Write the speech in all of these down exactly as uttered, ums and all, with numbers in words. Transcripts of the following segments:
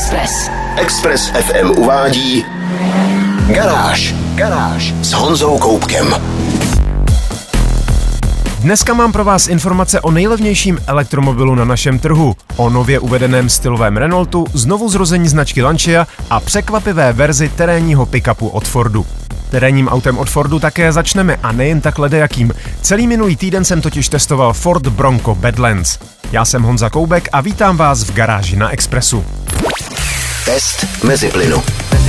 Express. Express F M uvádí Garáž. Garáž s Honzou Koubkem. Dneska mám pro vás informace o nejlevnějším elektromobilu na našem trhu, o nově uvedeném stylovém Renaultu, znovu zrození značky Lancia a překvapivé verzi terénního pick-upu od Fordu. Terénním autem od Fordu také začneme a nejen tak ledajakým. Celý minulý týden jsem totiž testoval Ford Bronco Badlands. Já jsem Honza Koubek a vítám vás v garáži na Expressu. Test meziplynu.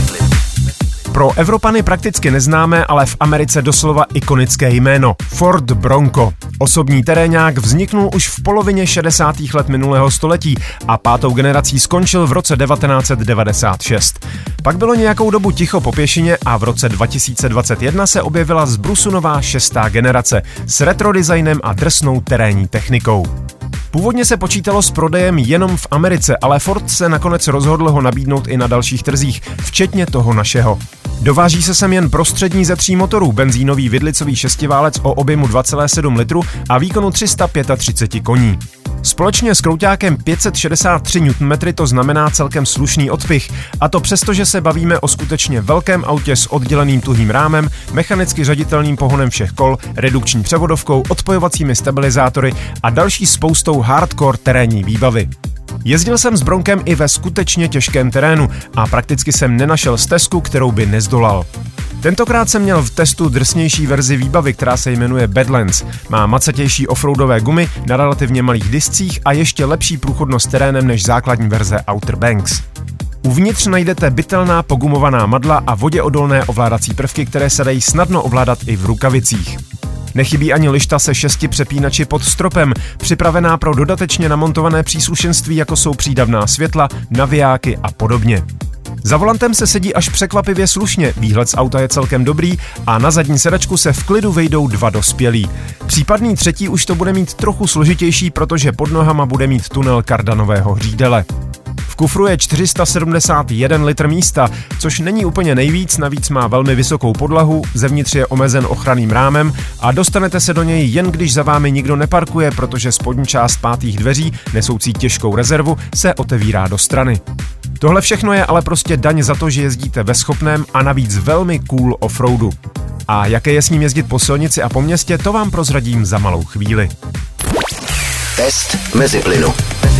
Pro Evropany prakticky neznámé, ale v Americe doslova ikonické jméno Ford Bronco. Osobní teréňák vzniknul už v polovině šedesátých let minulého století a pátou generací skončil v roce devatenáct set devadesát šest. Pak bylo nějakou dobu ticho po pěšině a v roce dva tisíce dvacet jedna se objevila zbrusunová šestá generace s retro designem a drsnou terénní technikou. Původně se počítalo s prodejem jenom v Americe, ale Ford se nakonec rozhodl ho nabídnout i na dalších trzích, včetně toho našeho. Dováží se sem jen prostřední ze tří motorů, benzínový vidlicový šestiválec o objemu dva celé sedm litru a výkonu tři sta třicet pět koní. Společně s krouťákem pět set šedesát tři newtonmetrů to znamená celkem slušný odpich, a to přesto, že se bavíme o skutečně velkém autě s odděleným tuhým rámem, mechanicky řaditelným pohonem všech kol, redukční převodovkou, odpojovacími stabilizátory a další spoustou hardcore terénní výbavy. Jezdil jsem s Bronkem i ve skutečně těžkém terénu a prakticky jsem nenašel stezku, kterou by nezdolal. Tentokrát jsem měl v testu drsnější verzi výbavy, která se jmenuje Badlands. Má macatější offroadové gumy na relativně malých discích a ještě lepší průchodnost terénem než základní verze Outer Banks. Uvnitř najdete bytelná pogumovaná madla a voděodolné ovládací prvky, které se dají snadno ovládat i v rukavicích. Nechybí ani lišta se šesti přepínači pod stropem, připravená pro dodatečně namontované příslušenství, jako jsou přídavná světla, navijáky a podobně. Za volantem se sedí až překvapivě slušně, výhled z auta je celkem dobrý a na zadní sedačku se v klidu vejdou dva dospělí. Případný třetí už to bude mít trochu složitější, protože pod nohama bude mít tunel kardanového hřídele. V kufru je čtyři sta sedmdesát jeden litr místa, což není úplně nejvíc, navíc má velmi vysokou podlahu, zevnitř je omezen ochranným rámem a dostanete se do něj jen když za vámi nikdo neparkuje, protože spodní část pátých dveří, nesoucí těžkou rezervu, se otevírá do strany. Tohle všechno je ale prostě daň za to, že jezdíte ve schopném a navíc velmi cool offroadu. A jaké je s ním jezdit po silnici a po městě, to vám prozradím za malou chvíli. Test meziplynu.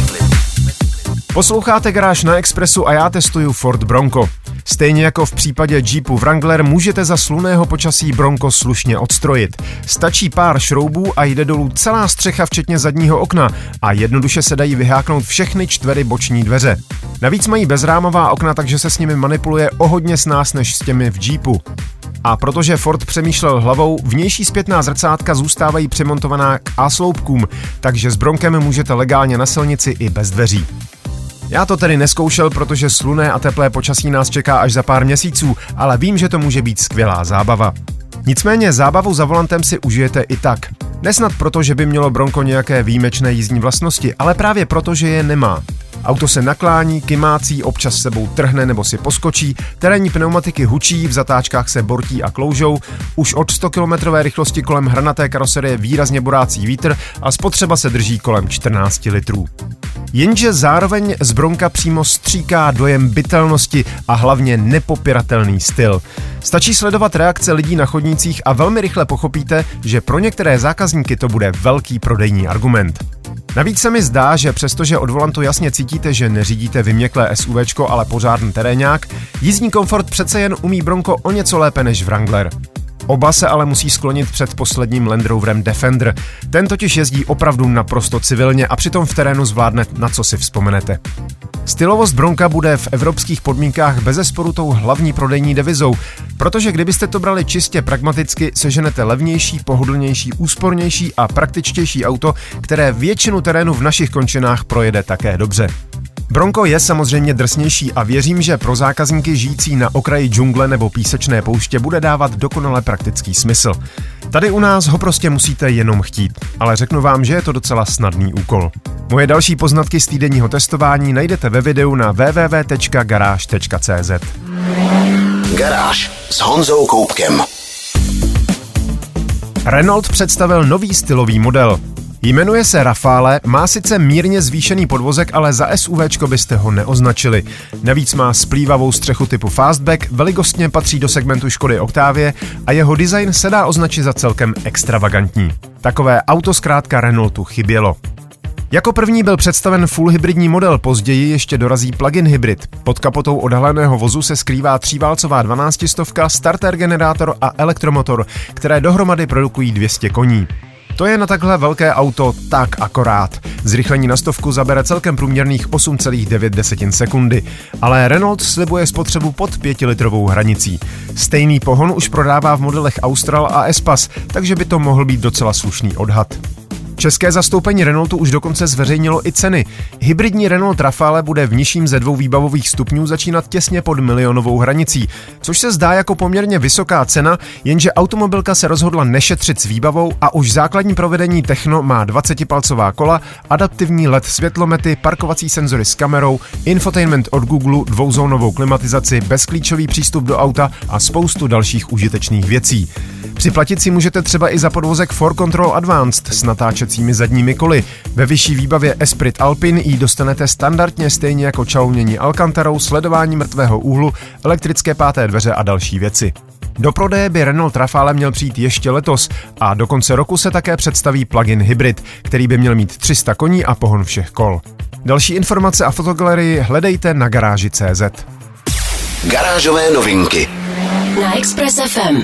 Posloucháte Garáž na Expressu a já testuju Ford Bronco. Stejně jako v případě Jeepu Wrangler můžete za slunného počasí Bronco slušně odstrojit. Stačí pár šroubů a jde dolů celá střecha včetně zadního okna a jednoduše se dají vyháknout všechny čtvery boční dveře. Navíc mají bezrámová okna, takže se s nimi manipuluje o hodně snáz než s těmi v Jeepu. A protože Ford přemýšlel hlavou, vnější zpětná zrcátka zůstávají přimontovaná k A-sloupkům, takže s Bronkem můžete legálně na silnici i bez dveří. Já to tedy neskoušel, protože slunné a teplé počasí nás čeká až za pár měsíců, ale vím, že to může být skvělá zábava. Nicméně zábavu za volantem si užijete i tak. Nesnad proto, že by mělo Bronco nějaké výjimečné jízdní vlastnosti, ale právě proto, že je nemá. Auto se naklání, kymácí, občas sebou trhne nebo si poskočí, terénní pneumatiky hučí, v zatáčkách se bortí a kloužou, už od sto kilometrové rychlosti kolem hranaté karoserie výrazně borácí vítr a spotřeba se drží kolem čtrnáct litrů. Jenže zároveň z Bronca přímo stříká dojem bytelnosti a hlavně nepopiratelný styl. Stačí sledovat reakce lidí na chodnících a velmi rychle pochopíte, že pro některé zákazníky to bude velký prodejní argument. Navíc se mi zdá, že přestože od volantu jasně cítíte, že neřídíte vyměklé SUVčko, ale pořádný teréňák, jízdní komfort přece jen umí Bronco o něco lépe než Wrangler. Oba se ale musí sklonit před posledním Land Roverem Defender. Ten totiž jezdí opravdu naprosto civilně a přitom v terénu zvládne, na co si vzpomenete. Stylovost Bronca bude v evropských podmínkách bezesporu tou hlavní prodejní devizou, protože kdybyste to brali čistě pragmaticky, seženete levnější, pohodlnější, úspornější a praktičtější auto, které většinu terénu v našich končinách projede také dobře. Bronco je samozřejmě drsnější a věřím, že pro zákazníky žijící na okraji džungle nebo písečné pouště bude dávat dokonale praktický smysl. Tady u nás ho prostě musíte jenom chtít, ale řeknu vám, že je to docela snadný úkol. Moje další poznatky z týdenního testování najdete ve videu na w w w tečka garáž tečka c z. Garáž s Honzou Koubkem. Renault představil nový stylový model. Jmenuje se Rafale, má sice mírně zvýšený podvozek, ale za SUVčko byste ho neoznačili. Navíc má splývavou střechu typu Fastback, velikostně patří do segmentu Škody Octavie a jeho design se dá označit za celkem extravagantní. Takové auto zkrátka Renaultu chybělo. Jako první byl představen full hybridní model, později ještě dorazí plug-in hybrid. Pod kapotou odhaleného vozu se skrývá tříválcová dvanáctistovka, starter generátor a elektromotor, které dohromady produkují dvě stě koní. To je na takhle velké auto tak akorát. Zrychlení na stovku zabere celkem průměrných osm celá devět sekundy, ale Renault slibuje spotřebu pod pětilitrovou hranicí. Stejný pohon už prodává v modelech Austral a Espas, takže by to mohl být docela slušný odhad. České zastoupení Renaultu už dokonce zveřejnilo i ceny. Hybridní Renault Rafale bude v nižším ze dvou výbavových stupňů začínat těsně pod milionovou hranicí, což se zdá jako poměrně vysoká cena, jenže automobilka se rozhodla nešetřit s výbavou a už základní provedení Techno má dvacetipalcová kola, adaptivní L E D světlomety, parkovací senzory s kamerou, infotainment od Google, dvouzónovou klimatizaci, bezklíčový přístup do auta a spoustu dalších užitečných věcí. Připlatit si můžete třeba i za podvozek four control Advanced s natáčecími zadními koly. Ve vyšší výbavě Esprit Alpine ji dostanete standardně stejně jako čalounění Alcantarou, sledování mrtvého úhlu, elektrické páté dveře a další věci. Do prodeje by Renault Rafale měl přijít ještě letos a do konce roku se také představí plug-in hybrid, který by měl mít tři sta koní a pohon všech kol. Další informace a fotogalerii hledejte na garáži tečka cé zet. Garážové novinky na Express F M.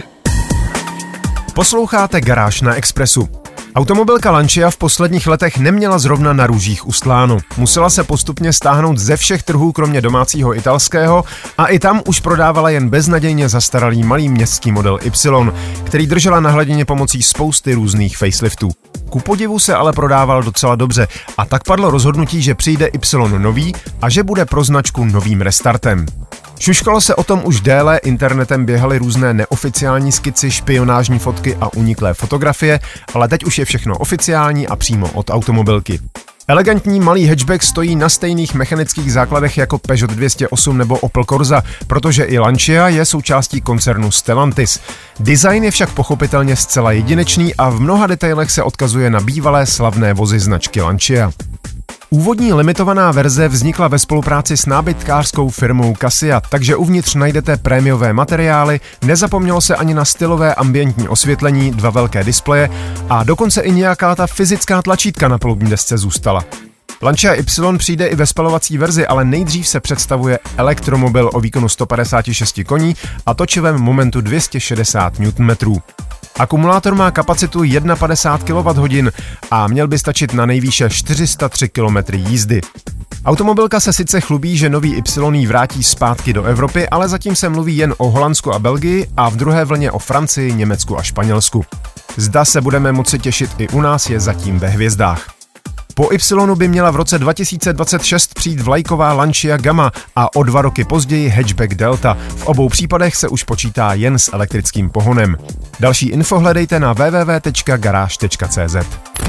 Posloucháte Garáž na Expressu. Automobilka Lancia v posledních letech neměla zrovna na růžích ustláno. Musela se postupně stáhnout ze všech trhů kromě domácího italského a i tam už prodávala jen beznadějně zastaralý malý městský model Y, který držela na hladině pomocí spousty různých faceliftů. Ku podivu se ale prodával docela dobře a tak padlo rozhodnutí, že přijde Y nový a že bude pro značku novým restartem. Šuškalo se o tom už déle, internetem běhaly různé neoficiální skici, špionážní fotky a uniklé fotografie, ale teď už je všechno oficiální a přímo od automobilky. Elegantní malý hatchback stojí na stejných mechanických základech jako Peugeot dvě stě osm nebo Opel Corsa, protože i Lancia je součástí koncernu Stellantis. Design je však pochopitelně zcela jedinečný a v mnoha detailech se odkazuje na bývalé slavné vozy značky Lancia. Úvodní limitovaná verze vznikla ve spolupráci s nábytkářskou firmou Cassia, takže uvnitř najdete prémiové materiály, nezapomnělo se ani na stylové ambientní osvětlení, dva velké displeje a dokonce i nějaká ta fyzická tlačítka na palubní desce zůstala. Lancia Y přijde i ve spalovací verzi, ale nejdřív se představuje elektromobil o výkonu sto padesát šest koní a točivém momentu dvě stě šedesát newtonmetrů. Akumulátor má kapacitu padesát jedna kilowatthodin a měl by stačit na nejvýše čtyři sta tři kilometry jízdy. Automobilka se sice chlubí, že nový Y jí vrátí zpátky do Evropy, ale zatím se mluví jen o Holandsku a Belgii a v druhé vlně o Francii, Německu a Španělsku. Zda se budeme moci těšit i u nás, je zatím ve hvězdách. Po Y by měla v roce dva tisíce dvacet šest přijít vlajková Lancia Gamma a o dva roky později hatchback Delta. V obou případech se už počítá jen s elektrickým pohonem. Další info hledejte na w w w tečka garáž tečka cé zet.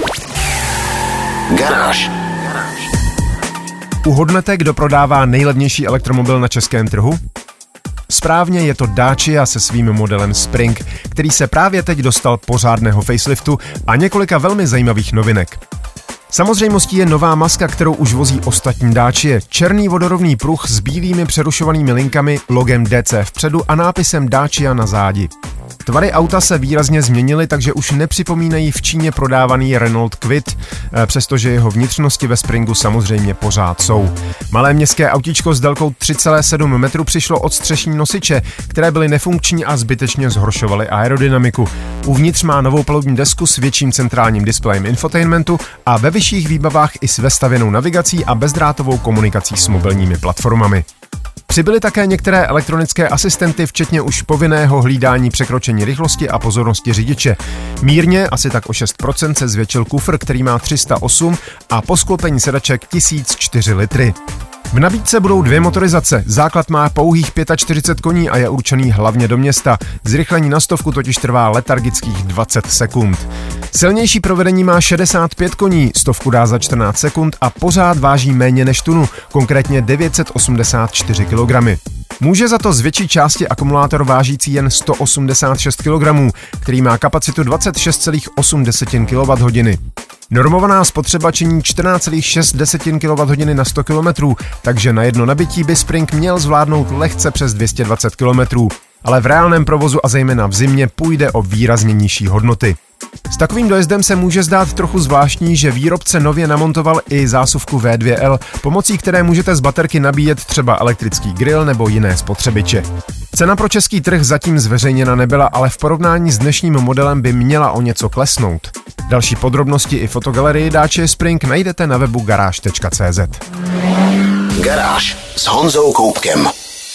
Garáž. Uhodnete, kdo prodává nejlevnější elektromobil na českém trhu? Správně, je to Dacia se svým modelem Spring, který se právě teď dostal pořádného faceliftu a několika velmi zajímavých novinek. Samozřejmostí je nová maska, kterou už vozí ostatní Dacie. Černý vodorovný pruh s bílými přerušovanými linkami, logem D C vpředu a nápisem Dacia na zádi. Tvary auta se výrazně změnily, takže už nepřipomínají v Číně prodávaný Renault Kwid, přestože jeho vnitřnosti ve Springu samozřejmě pořád jsou. Malé městské autíčko s délkou tři celá sedm metru přišlo od střešní nosiče, které byly nefunkční a zbytečně zhoršovaly aerodynamiku. Uvnitř má novou palubní desku s větším centrálním displejem infotainmentu a ve vyšších výbavách i s vestavěnou navigací a bezdrátovou komunikací s mobilními platformami. Přibyly také některé elektronické asistenty, včetně už povinného hlídání překročení rychlosti a pozornosti řidiče. Mírně, asi tak o šest procent, se zvětšil kufr, který má tři sta osm a po sklopení sedaček tisíc čtyři litry. V nabídce budou dvě motorizace, základ má pouhých čtyřicet pět koní a je určený hlavně do města. Zrychlení na stovku totiž trvá letargických dvacet sekund. Silnější provedení má šedesát pět koní, stovku dá za čtrnáct sekund a pořád váží méně než tunu, konkrétně devět set osmdesát čtyři kilogramů. Může za to z větší části akumulátor vážící jen sto osmdesát šest kilogramů, který má kapacitu dvacet šest celá osm kilowatthodin. Normovaná spotřeba činí čtrnáct celá šest kilowatthodin na sto kilometrů, takže na jedno nabití by Spring měl zvládnout lehce přes dvě stě dvacet kilometrů. Ale v reálném provozu a zejména v zimě půjde o výrazně nižší hodnoty. S takovým dojezdem se může zdát trochu zvláštní, že výrobce nově namontoval i zásuvku V dva L, pomocí které můžete z baterky nabíjet třeba elektrický grill nebo jiné spotřebiče. Cena pro český trh zatím zveřejněna nebyla, ale v porovnání s dnešním modelem by měla o něco klesnout. Další podrobnosti i fotogalerii dáče Spring najdete na webu garáž tečka cé zet. Garáž s Honzou Koupkem.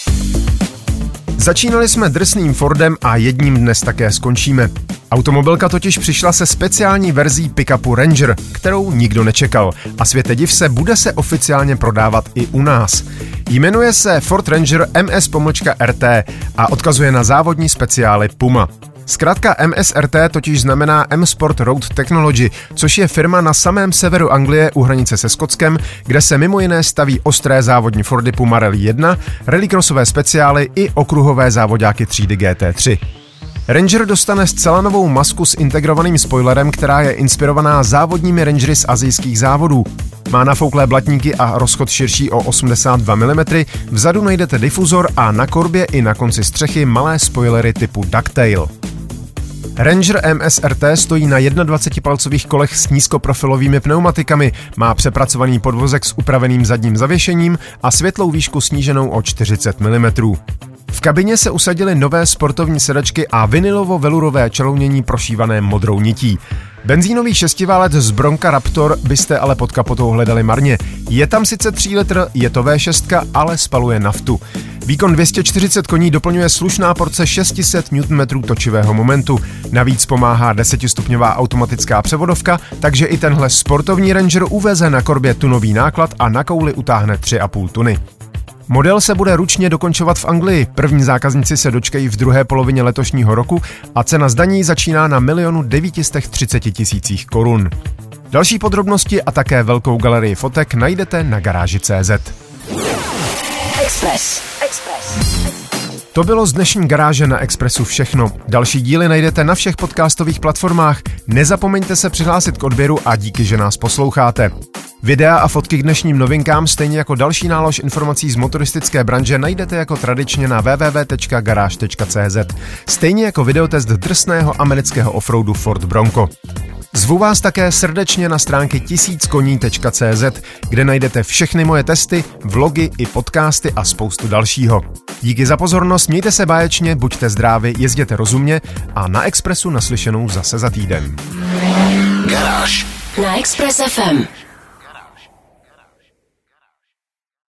Začínali jsme drsným Fordem a jedním dnes také skončíme. Automobilka totiž přišla se speciální verzí pick-upu Ranger, kterou nikdo nečekal, a světe div se, bude se oficiálně prodávat i u nás. Jmenuje se Ford Ranger M S R T a odkazuje na závodní speciály Puma. Zkrátka M S R T totiž znamená M-Sport Road Technology, což je firma na samém severu Anglie u hranice se Skotskem, kde se mimo jiné staví ostré závodní Fordy Puma Rally jedna, rallycrossové speciály i okruhové závodáky třídy G T tři. Ranger dostane zcela novou masku s integrovaným spoilerem, která je inspirovaná závodními Rangery z asijských závodů. Má nafouklé blatníky a rozchod širší o osmdesát dva milimetrů, vzadu najdete difuzor a na korbě i na konci střechy malé spoilery typu Ducktail. Ranger M S R T stojí na dvacetipalcových kolech s nízkoprofilovými pneumatikami, má přepracovaný podvozek s upraveným zadním zavěšením a světlou výšku sníženou o čtyřicet milimetrů. V kabině se usadily nové sportovní sedačky a vinilovo-velurové čalounění prošívané modrou nití. Benzínový šestiválec z Bronca Raptor byste ale pod kapotou hledali marně. Je tam sice tři litr, je to V šest, ale spaluje naftu. Výkon dvě stě čtyřicet koní doplňuje slušná porce šest set newtonmetrů točivého momentu. Navíc pomáhá desetistupňová automatická převodovka, takže i tenhle sportovní Ranger uveze na korbě tunový náklad a na kouli utáhne tři a půl tuny. Model se bude ručně dokončovat v Anglii, první zákazníci se dočkají v druhé polovině letošního roku a cena zdaní začíná na milionu devět set třicet tisících korun. Další podrobnosti a také velkou galerii fotek najdete na garáži tečka cé zet. Express. Express. To bylo z dnešní garáže na Expressu všechno. Další díly najdete na všech podcastových platformách. Nezapomeňte se přihlásit k odběru a díky, že nás posloucháte. Videa a fotky k dnešním novinkám, stejně jako další nálož informací z motoristické branže, najdete jako tradičně na w w w tečka garáž tečka cé zet. Stejně jako videotest drsného amerického offroadu Ford Bronco. Zvu vás také srdečně na stránky tisíc koní tečka cé zet, kde najdete všechny moje testy, vlogy i podcasty a spoustu dalšího. Díky za pozornost, mějte se báječně, buďte zdraví, jezděte rozumně a na Expressu naslyšenou zase za týden. Garáž Na Express F M.